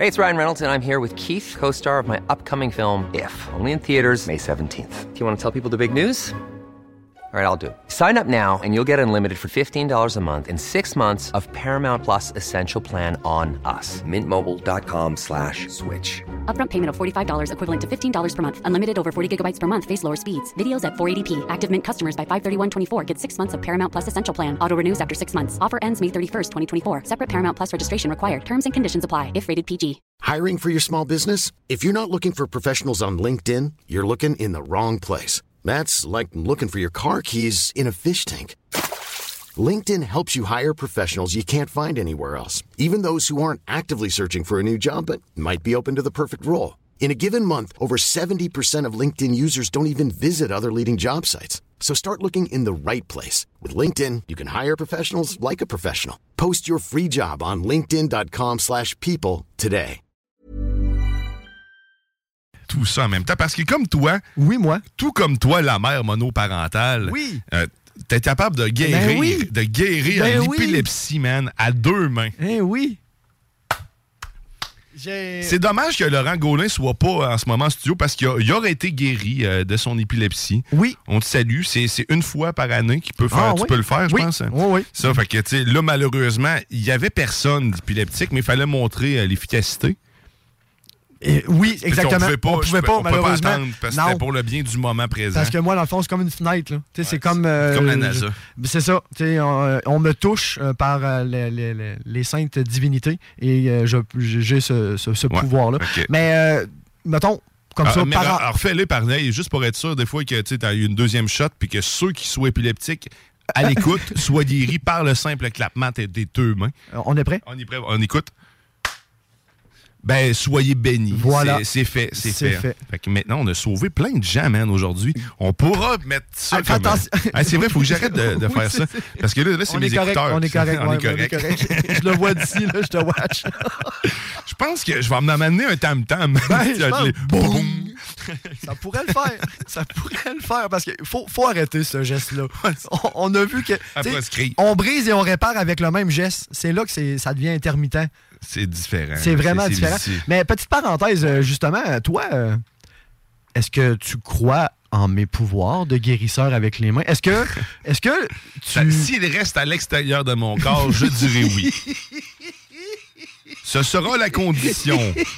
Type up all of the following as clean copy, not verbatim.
Hey, it's Ryan Reynolds, and I'm here with Keith, co-star of my upcoming film, If, only in theaters May 17th. Do you want to tell people the big news? All right, I'll do it. Sign up now and you'll get unlimited for $15 a month and 6 months of Paramount Plus Essential Plan on us. MintMobile.com/switch. Upfront payment of $45 equivalent to $15 per month. Unlimited over 40 gigabytes per month. Face lower speeds. Videos at 480p. Active Mint customers by 531.24 get 6 months of Paramount Plus Essential Plan. Auto renews after 6 months. Offer ends May 31st, 2024. Separate Paramount Plus registration required. Terms and conditions apply if rated PG. Hiring for your small business? If you're not looking for professionals on LinkedIn, you're looking in the wrong place. That's like looking for your car keys in a fish tank. LinkedIn helps you hire professionals you can't find anywhere else, even those who aren't actively searching for a new job but might be open to the perfect role. In a given month, over 70% of LinkedIn users don't even visit other leading job sites. So start looking in the right place. With LinkedIn, you can hire professionals like a professional. Post your free job on linkedin.com/people today. Tout ça en même temps. Parce que comme toi, oui, moi, tout comme toi, la mère monoparentale, oui. T'es capable de guérir, l'épilepsie, man, à 2 mains. Eh oui. C'est dommage que Laurent Gaulin soit pas en ce moment en studio parce qu'il aurait été guéri de son épilepsie. Oui. On te salue. C'est une fois par année qu'il peut faire. Tu peux le faire, je pense. Oui. Ça, fait que, tu sais, là, malheureusement, il y avait personne d'épileptique, mais il fallait montrer l'efficacité. Oui, exactement. On pouvait pas, malheureusement. Attendre parce que c'était pour le bien du moment présent. Parce que moi, dans le fond, c'est comme une fenêtre. Là. Ouais, c'est comme la NASA. C'est ça. On me touche par les saintes divinités et j'ai ce pouvoir-là. Okay. Mais, mettons, comme ça... Alors, fais-le pareil, juste pour être sûr, des fois que tu as eu une deuxième shot puis que ceux qui sont épileptiques à l'écoute soient guéris par le simple clappement des 2 mains. On est prêt? On est prêt. On écoute. Ben, soyez bénis. Voilà. C'est fait. Fait que maintenant, on a sauvé plein de gens, man, aujourd'hui. On pourra mettre ça comme... c'est vrai, il faut que j'arrête de faire ça. Parce que là c'est mes écouteurs. On est correct. Je le vois d'ici, là, je te watch. Je pense que je vais m'amener un tam-tam. Boum! Ça pourrait le faire. Parce qu'il faut arrêter ce geste-là. On a vu que... On brise et on répare avec le même geste. C'est là que ça devient intermittent. C'est différent. C'est vraiment différent. Mais petite parenthèse, justement, toi, est-ce que tu crois en mes pouvoirs de guérisseur avec les mains? Est-ce que tu... S'il reste à l'extérieur de mon corps, je dirais oui. Ce sera la condition.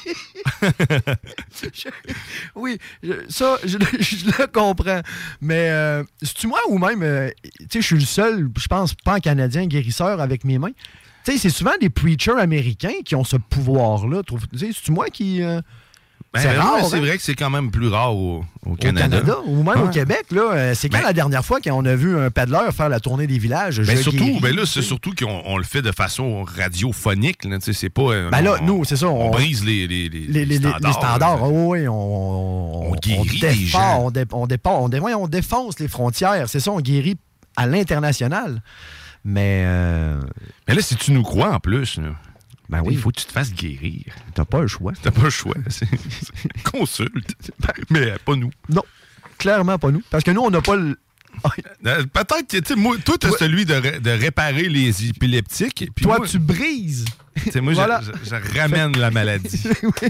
Oui, ça, je le comprends. Mais c'est-tu moi ou même... tu sais, je suis le seul, je pense, pas un Canadien guérisseur avec mes mains. Tu sais, c'est souvent des preachers américains qui ont ce pouvoir-là. C'est-tu moi qui... c'est rare, c'est vrai que c'est quand même plus rare au Canada. Ou même au Québec. Là, c'est quand la dernière fois qu'on a vu un paddleur faire la tournée des villages? C'est surtout qu'on le fait de façon radiophonique. Là, c'est pas... nous, c'est ça. On brise les standards. Oui, on guérit les gens. On défonce les frontières. C'est ça, on guérit à l'international. Mais là, si tu nous crois en plus, là, oui, il faut que tu te fasses guérir. T'as pas le choix. C'est consulte. Mais pas nous. Non, clairement pas nous. Parce que nous, on n'a pas le... Peut-être que, moi, toi, tu as celui de réparer les épileptiques. Puis toi, tu brises. Moi, voilà. je ramène la maladie.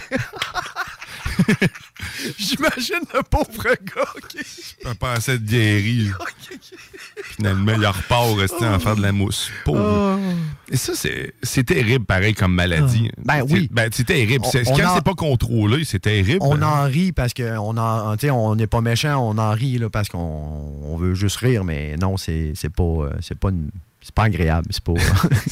J'imagine le pauvre gars qui... Il pensait être guéri. Finalement, il repart rester en faire de la mousse. Pauvre. Et ça, c'est terrible, pareil, comme maladie. Oui. C'est terrible. Quand c'est pas contrôlé, c'est terrible. On en rit parce qu'on n'est pas méchant, on en rit là, parce qu'on veut juste rire, mais non, c'est pas agréable. C'est pas...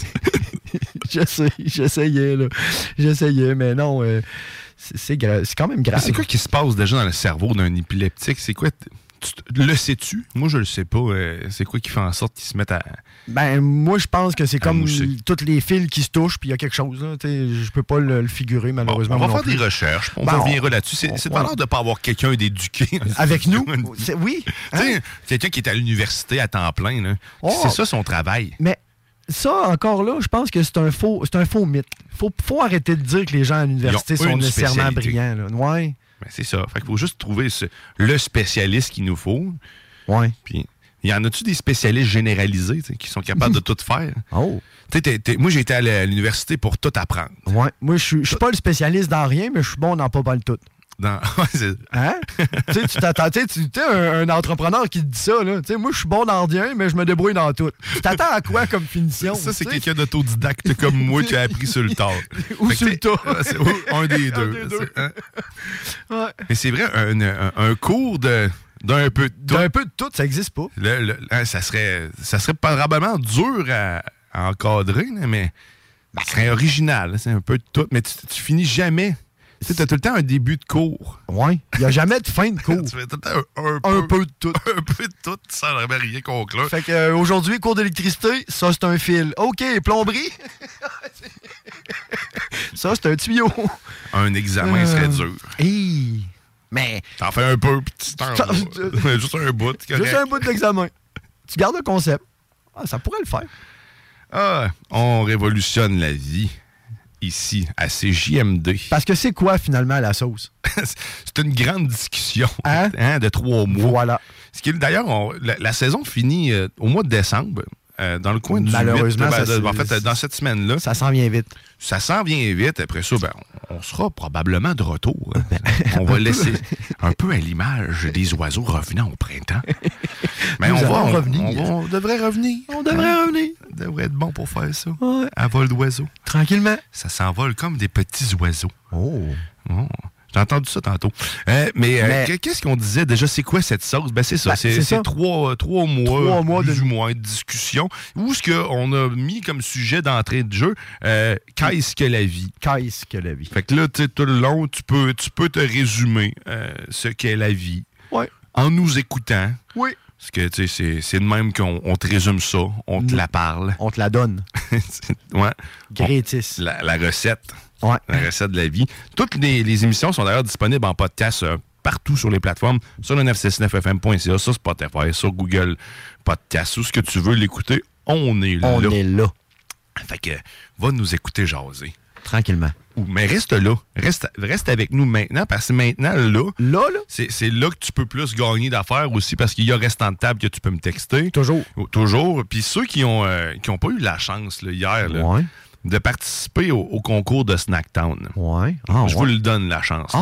J'essayais, mais non... C'est quand même grave. C'est quoi qui se passe déjà dans le cerveau d'un épileptique? C'est quoi? Le sais-tu? Moi, je le sais pas. C'est quoi qui fait en sorte qu'ils se mettent à... moi, je pense que c'est comme toutes les fils qui se touchent, puis il y a quelque chose. Là, je peux pas le figurer, malheureusement. On va faire des recherches. On reviendra là-dessus. C'est de valeur de ne pas avoir quelqu'un d'éduqué. Avec nous? Oui. Quelqu'un qui est à l'université à temps plein. Là. C'est ça son travail. Mais... ça, encore là, je pense que c'est un faux mythe. Faut arrêter de dire que les gens à l'université sont nécessairement brillants. Là. Ouais. C'est ça. Fait qu'il faut juste trouver le spécialiste qu'il nous faut. Ouais. Puis Y en a-tu des spécialistes généralisés qui sont capables de tout faire? Oh! Moi, j'ai été à l'université pour tout apprendre. Ouais. Moi, je suis pas le spécialiste dans rien, mais je suis bon dans pas mal tout. Hein? Tu sais, un entrepreneur qui te dit ça, là. Moi, je suis bon dans rien, mais je me débrouille dans tout. Tu t'attends à quoi comme finition? Ça, c'est quelqu'un d'autodidacte comme moi qui a appris sur le tard. Ou sur le tas. Un des deux. Hein? Ouais. Mais c'est vrai, un cours d'un peu de tout. D'un peu de tout, ça n'existe pas. Ça serait probablement dur à encadrer, mais ça serait original. C'est un peu de tout. Mais tu finis jamais. Tu as tout le temps un début de cours. Oui. Il n'y a jamais de fin de cours. Tu fais tout le temps un peu de tout. Un peu de tout, sans rien conclure. Fait qu'aujourd'hui, cours d'électricité, ça, c'est un fil. OK, plomberie. Ça, c'est un tuyau. Un examen serait dur. Mais... T'en fais un peu, puis tu t'en vas. Juste un bout. Juste un bout d'examen. Tu gardes le concept. Ça pourrait le faire. On révolutionne la vie. Ici, à CJMD. Parce que c'est quoi, finalement, la sauce? C'est une grande discussion de 3 mois. Voilà. D'ailleurs, la saison finit au mois de décembre. Dans le coin du malheureusement, 8, en fait, dans cette semaine-là. Ça s'en vient vite. Ça s'en vient vite. Après ça, on sera probablement de retour. On va laisser un peu à l'image des oiseaux revenant au printemps. Mais on devrait revenir. On devrait être bon pour faire ça. Ouais. À vol d'oiseaux. Tranquillement. Ça s'envole comme des petits oiseaux. Oh. J'ai entendu ça tantôt. Mais qu'est-ce qu'on disait déjà? C'est quoi cette sauce? C'est ça. C'est 3 mois plus ou moins de discussion. Où est-ce qu'on a mis comme sujet d'entrée de jeu qu'est-ce que la vie? Qu'est-ce que la vie? Fait que là, tout le long, tu peux te résumer ce qu'est la vie. Ouais. En nous écoutant. Oui. Parce que c'est de même qu'on te résume ça. On te la parle. On te la donne. Ouais. Gratis. La recette. Ouais. La recette de la vie. Toutes les émissions sont d'ailleurs disponibles en podcast partout sur les plateformes, sur le 969fm.ca, sur Spotify, sur Google Podcast, où ce que tu veux l'écouter, on est là. On est là. Fait que, va nous écouter jaser. Tranquillement. Mais reste là. Reste avec nous maintenant, parce que maintenant, là c'est là que tu peux plus gagner d'affaires aussi, parce qu'il y a restant de table que tu peux me texter. Toujours. Puis ceux qui ont pas eu la chance là, hier, là, de participer au concours de Snacktown. Ouais. Je vous le donne, la chance.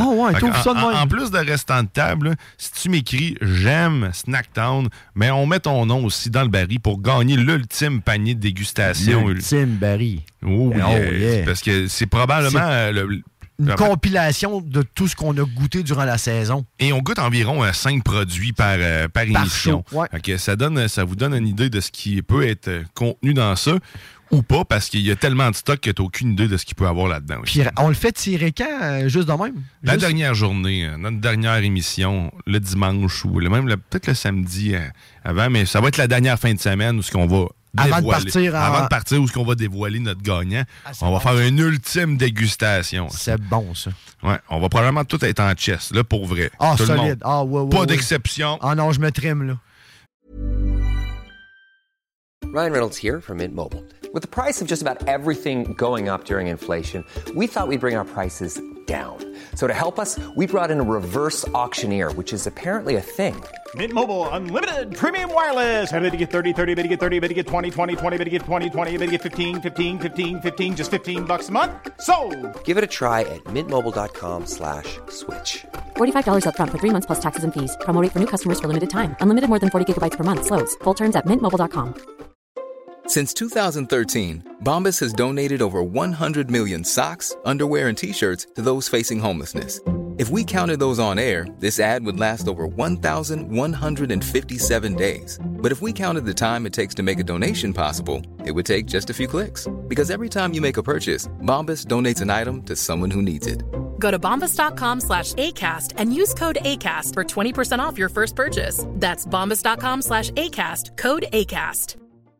En plus de restant de table, là, si tu m'écris « J'aime Snacktown », mais on met ton nom aussi dans le baril pour gagner l'ultime panier de dégustation. L'ultime baril. Oh, yeah. Parce que c'est probablement... une compilation de tout ce qu'on a goûté durant la saison. Et on goûte environ 5 produits par émission. Ouais. Okay, ça vous donne une idée de ce qui peut être contenu dans ça. Ou pas, parce qu'il y a tellement de stock que tu n'as aucune idée de ce qu'il peut y avoir là-dedans. Puis on le fait tirer quand, juste de même? La dernière journée, notre dernière émission, le dimanche ou peut-être le samedi avant, mais ça va être la dernière fin de semaine où ce qu'on va dévoiler. Avant de partir, où ce qu'on va dévoiler notre gagnant. On va faire une ultime dégustation. C'est bon, ça. Ouais, on va probablement tout être en chess, là, pour vrai. Tout solide. Pas d'exception. Non, je me trime, là. Ryan Reynolds here from Mint Mobile. With the price of just about everything going up during inflation, we thought we'd bring our prices down. So to help us, we brought in a reverse auctioneer, which is apparently a thing. Mint Mobile Unlimited Premium Wireless. How to get 30, 30, bit to get 30, bit to get 20, 20, 20, bit to get 20, 20, bit to get 15, 15, 15, 15, just $15 a month? Sold! Give it a try at mintmobile.com/switch. $45 up front for 3 months plus taxes and fees. Promo rate for new customers for limited time. Unlimited more than 40 gigabytes per month. Slows full terms at mintmobile.com. Since 2013, Bombas has donated over 100 million socks, underwear, and T-shirts to those facing homelessness. If we counted those on air, this ad would last over 1,157 days. But if we counted the time it takes to make a donation possible, it would take just a few clicks. Because every time you make a purchase, Bombas donates an item to someone who needs it. Go to bombas.com/ACAST and use code ACAST for 20% off your first purchase. That's bombas.com/ACAST, code ACAST.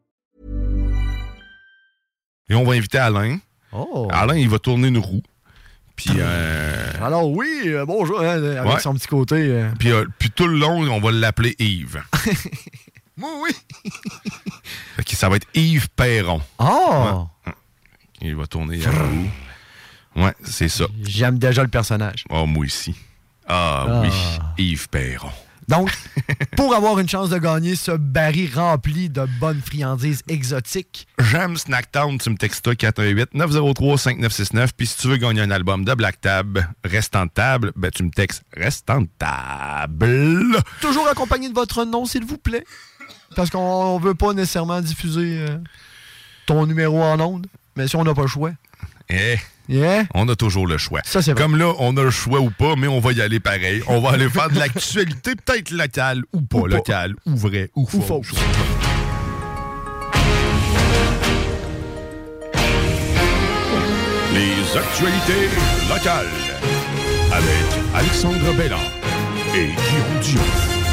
Et on va inviter Alain. Alain, il va tourner une roue. Puis, alors oui, bonjour, avec son petit côté. Puis tout le long, on va l'appeler Yves. Oui. Fait que ça va être Yves Perron. Oh! Ouais. Il va tourner la roue. Ouais, c'est ça. J'aime déjà le personnage. Oh, moi aussi. Oui, Yves Perron. Donc, pour avoir une chance de gagner ce baril rempli de bonnes friandises exotiques. J'aime Snacktown, tu me textes 418-903-5969. Puis si tu veux gagner un album de Black Tab, Restant de table, ben tu me textes Restant de table. Toujours accompagné de votre nom, s'il vous plaît. Parce qu'on veut pas nécessairement diffuser ton numéro en ondes. Mais si on n'a pas le choix. On a toujours le choix. Ça, c'est vrai. Comme là, on a le choix ou pas, mais on va y aller pareil. On va aller faire de l'actualité, peut-être locale ou pas locale, ou vrai ou faux. Les actualités locales avec Alexandre Bellard et Guillaume Dion.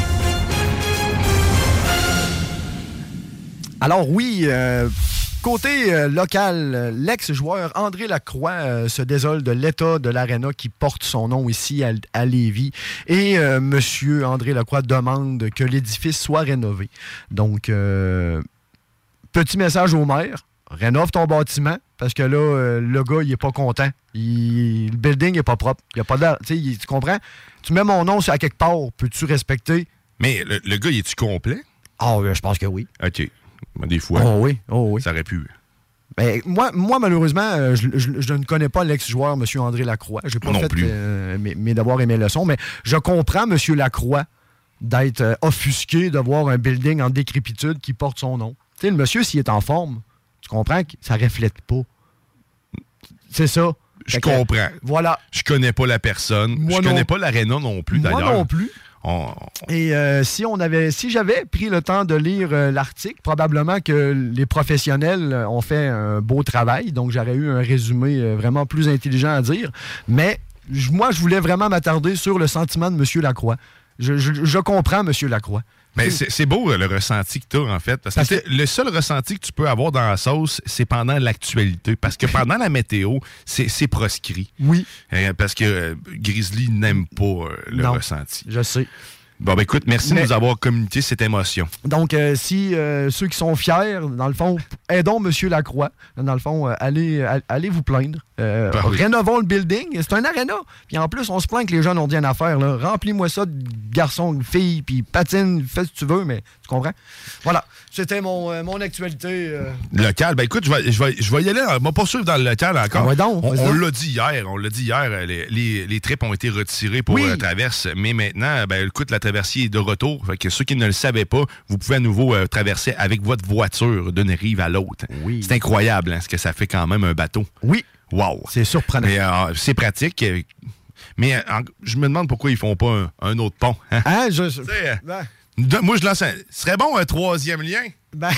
Alors oui, côté local, l'ex-joueur André Lacroix se désole de l'état de l'aréna qui porte son nom ici à Lévis. Et M. André Lacroix demande que l'édifice soit rénové. Donc, petit message au maire, rénove ton bâtiment, parce que là, le gars, il est pas content. Le building est pas propre. Il y a pas d'air. Tu comprends? Tu mets mon nom à quelque part, peux-tu respecter? Mais le gars, il est-tu complet? Ah, je pense que oui. OK. Des fois, oui. ça aurait pu. Ben, moi, malheureusement, je ne connais pas l'ex-joueur, M. André Lacroix. Je n'ai pas fait mes devoirs et mes leçons, mais je comprends M. Lacroix d'être offusqué de voir un building en décrépitude qui porte son nom. Tu sais, le monsieur, s'il est en forme, tu comprends que ça ne reflète pas. C'est ça. Je comprends. Voilà. Je connais pas la personne. Je connais pas l'aréna non plus, d'ailleurs. Moi non plus. Et si j'avais pris le temps de lire l'article, probablement que les professionnels ont fait un beau travail, donc j'aurais eu un résumé vraiment plus intelligent à dire. Mais moi, je voulais vraiment m'attarder sur le sentiment de M. Lacroix. Je comprends M. Lacroix. Mais c'est beau le ressenti que tu as, en fait. Parce que le seul ressenti que tu peux avoir dans la sauce, c'est pendant l'actualité. Parce que pendant la météo, c'est proscrit. Oui. Parce que Grizzly n'aime pas le ressenti. Je sais. Bon, ben écoute, merci de nous avoir communiqué cette émotion. Donc, si ceux qui sont fiers, dans le fond, aidons M. Lacroix. Dans le fond, allez vous plaindre. Rénovons le building. C'est un aréna. Puis en plus, on se plaint que les jeunes ont rien à faire. Là. Remplis-moi ça de garçons, de filles, puis patine, fais ce que tu veux, mais tu comprends? Voilà. C'était mon actualité. Local. Ben écoute, je vais y aller. On va pas suivre dans le local encore. On l'a dit hier. Les trips ont été retirés pour Traverse. Mais maintenant, ben écoute, la traversier est de retour. Fait que ceux qui ne le savaient pas, vous pouvez à nouveau traverser avec votre voiture d'une rive à l'autre. Oui. C'est incroyable, ce que ça fait quand même un bateau. Oui. Wow. C'est surprenant. Mais c'est pratique. Mais je me demande pourquoi ils font pas un autre pont. Hein? Moi, je lance ce serait bon un troisième lien? Ben...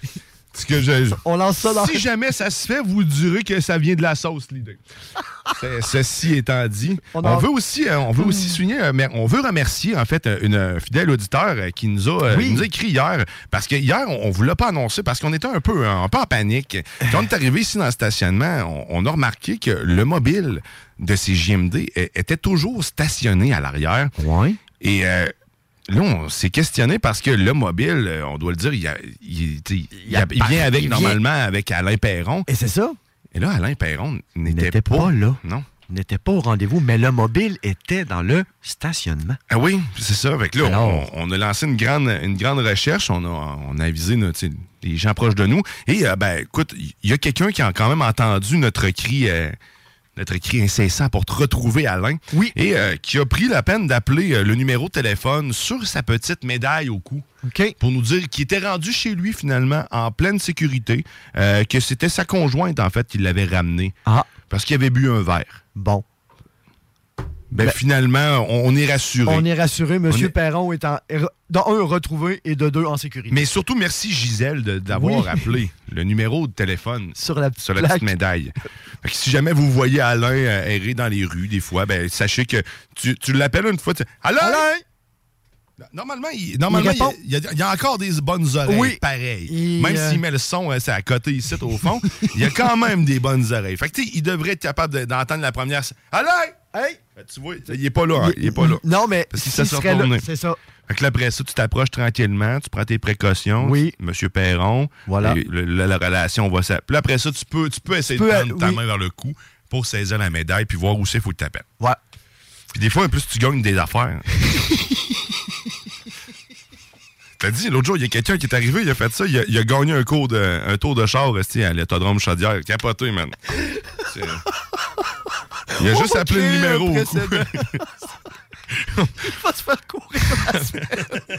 On lance ça dans... Si jamais ça se fait, vous direz que ça vient de la sauce, l'idée. Ceci étant dit, on veut aussi souligner, on veut remercier en fait une fidèle auditeur qui nous a écrit hier, parce que hier, on ne vous l'a pas annoncé, parce qu'on était un peu en panique. Quand on est arrivé ici dans le stationnement, on a remarqué que le mobile de CJMD était toujours stationné à l'arrière. Oui. Et... là, on s'est questionné parce que le mobile, on doit le dire, il vient avec Alain Perron. Et c'est ça. Et là, Alain Perron n'était pas là. Non. Il n'était pas au rendez-vous, mais le mobile était dans le stationnement. Ah oui, c'est ça. Fait que là, on a lancé une grande recherche. On a avisé les gens proches de nous. Et, écoute, il y a quelqu'un qui a quand même entendu notre cri incessant pour te retrouver, Alain. Oui. Et qui a pris la peine d'appeler le numéro de téléphone sur sa petite médaille au cou. OK. Pour nous dire qu'il était rendu chez lui, finalement, en pleine sécurité, que c'était sa conjointe, en fait, qui l'avait ramené. Ah. Parce qu'il avait bu un verre. Bon. Finalement, on est rassuré. On est rassuré. M. Perron est de un, retrouvé et de deux, en sécurité. Mais surtout, merci Gisèle d'avoir appelé le numéro de téléphone sur la petite médaille. Fait que si jamais vous voyez Alain errer dans les rues, des fois, sachez que tu l'appelles une fois. Alain! Normalement, il y a encore des bonnes oreilles, pareil. Même s'il met le son, c'est à côté ici, au fond, il y a quand même des bonnes oreilles. Fait que il devrait être capable d'entendre la première. Alain! Hey! Tu vois, il est pas là. Il est pas là. Non, mais parce qu'il s'est retourné. C'est ça. Fait que là, après ça, tu t'approches tranquillement, tu prends tes précautions. Oui. Monsieur Perron. Voilà. La relation va ça. Puis là, après ça, tu peux essayer de prendre ta main vers le cou pour saisir la médaille puis voir où c'est, faut que tu t'appelles. Ouais. Puis des fois, en plus, tu gagnes des affaires. te dis, l'autre jour, il y a quelqu'un qui est arrivé, il a fait ça, il a gagné un tour de char à l'autodrome Chaudière. Capoté, man. Il a juste appelé le numéro. Il va se faire courir la semaine.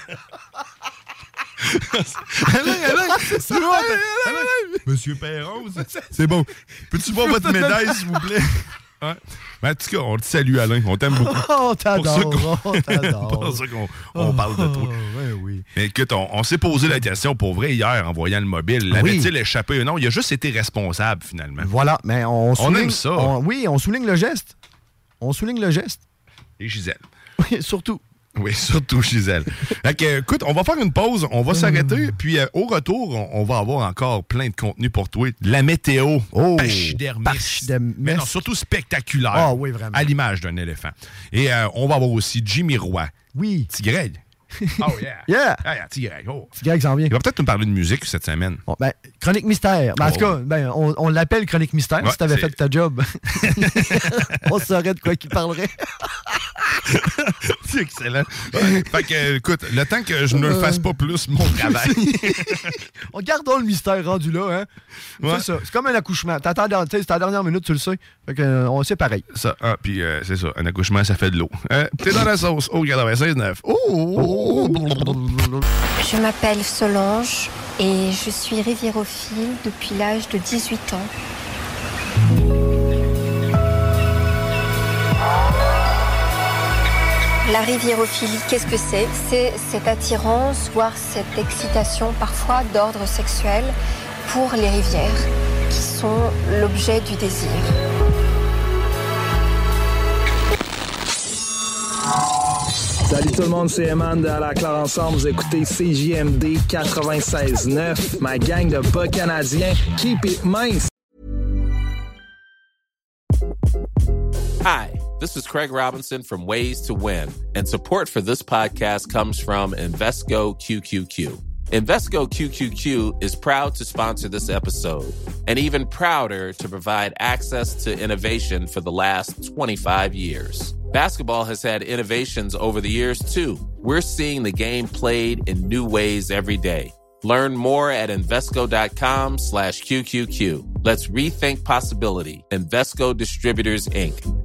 Monsieur Perron, c'est bon. Peux-tu voir votre médaille, s'il vous plaît? Ouais. Ben, en tout cas, on te salue, Alain. On t'aime beaucoup. On t'adore. Pour ça qu'on parle de toi. Ouais, oui. Mais écoute, on s'est posé la question pour vrai hier en voyant le mobile. L'avait-il échappé? Non, il a juste été responsable, finalement. Voilà, mais on aime ça. On souligne le geste. Et Gisèle. Oui, surtout. Oui, surtout Gisèle. Fait que, écoute, on va faire une pause, on va s'arrêter, puis au retour, on va avoir encore plein de contenu pour toi. La météo, pachydermiste, mais non, surtout spectaculaire. Ah oui, vraiment. À l'image d'un éléphant. Et on va avoir aussi Jimmy Roy. Oui. Tigreg. Oh yeah. Yeah. Ah, yeah, Tigreg. Oh. Tigreg s'en vient. Il va peut-être nous parler de musique cette semaine. Bon, ben, Chronique Mystère. Ben, en tout cas, ben, on l'appelle Chronique Mystère. Ouais, si t'avais fait ta job, on saurait de quoi qu'il parlerait. C'est excellent. Fait que, écoute, le temps que je ne fasse pas plus mon travail. On gardons le mystère rendu là, hein. Ouais. C'est ça. C'est comme un accouchement. C'est à la dernière minute, tu le sais. Fait que, on sait pareil. Ça, puis c'est ça. Un accouchement, ça fait de l'eau. T'es dans la sauce au 96.9. Je m'appelle Solange et je suis riviérophile depuis l'âge de 18 ans. La riviérophilie, qu'est-ce que c'est? C'est cette attirance, voire cette excitation parfois d'ordre sexuel pour les rivières, qui sont l'objet du désir. Salut tout le monde, c'est Eman de À la Claire Ensemble. Vous écoutez CJMD 96.9, ma gang de bas canadiens. Keep it mince! Hi, this is Craig Robinson from Ways to Win, and support for this podcast comes from Invesco QQQ. Invesco QQQ is proud to sponsor this episode, and even prouder to provide access to innovation for the last 25 years. Basketball has had innovations over the years, too. We're seeing the game played in new ways every day. Learn more at Invesco.com/QQQ. Let's rethink possibility. Invesco Distributors, Inc.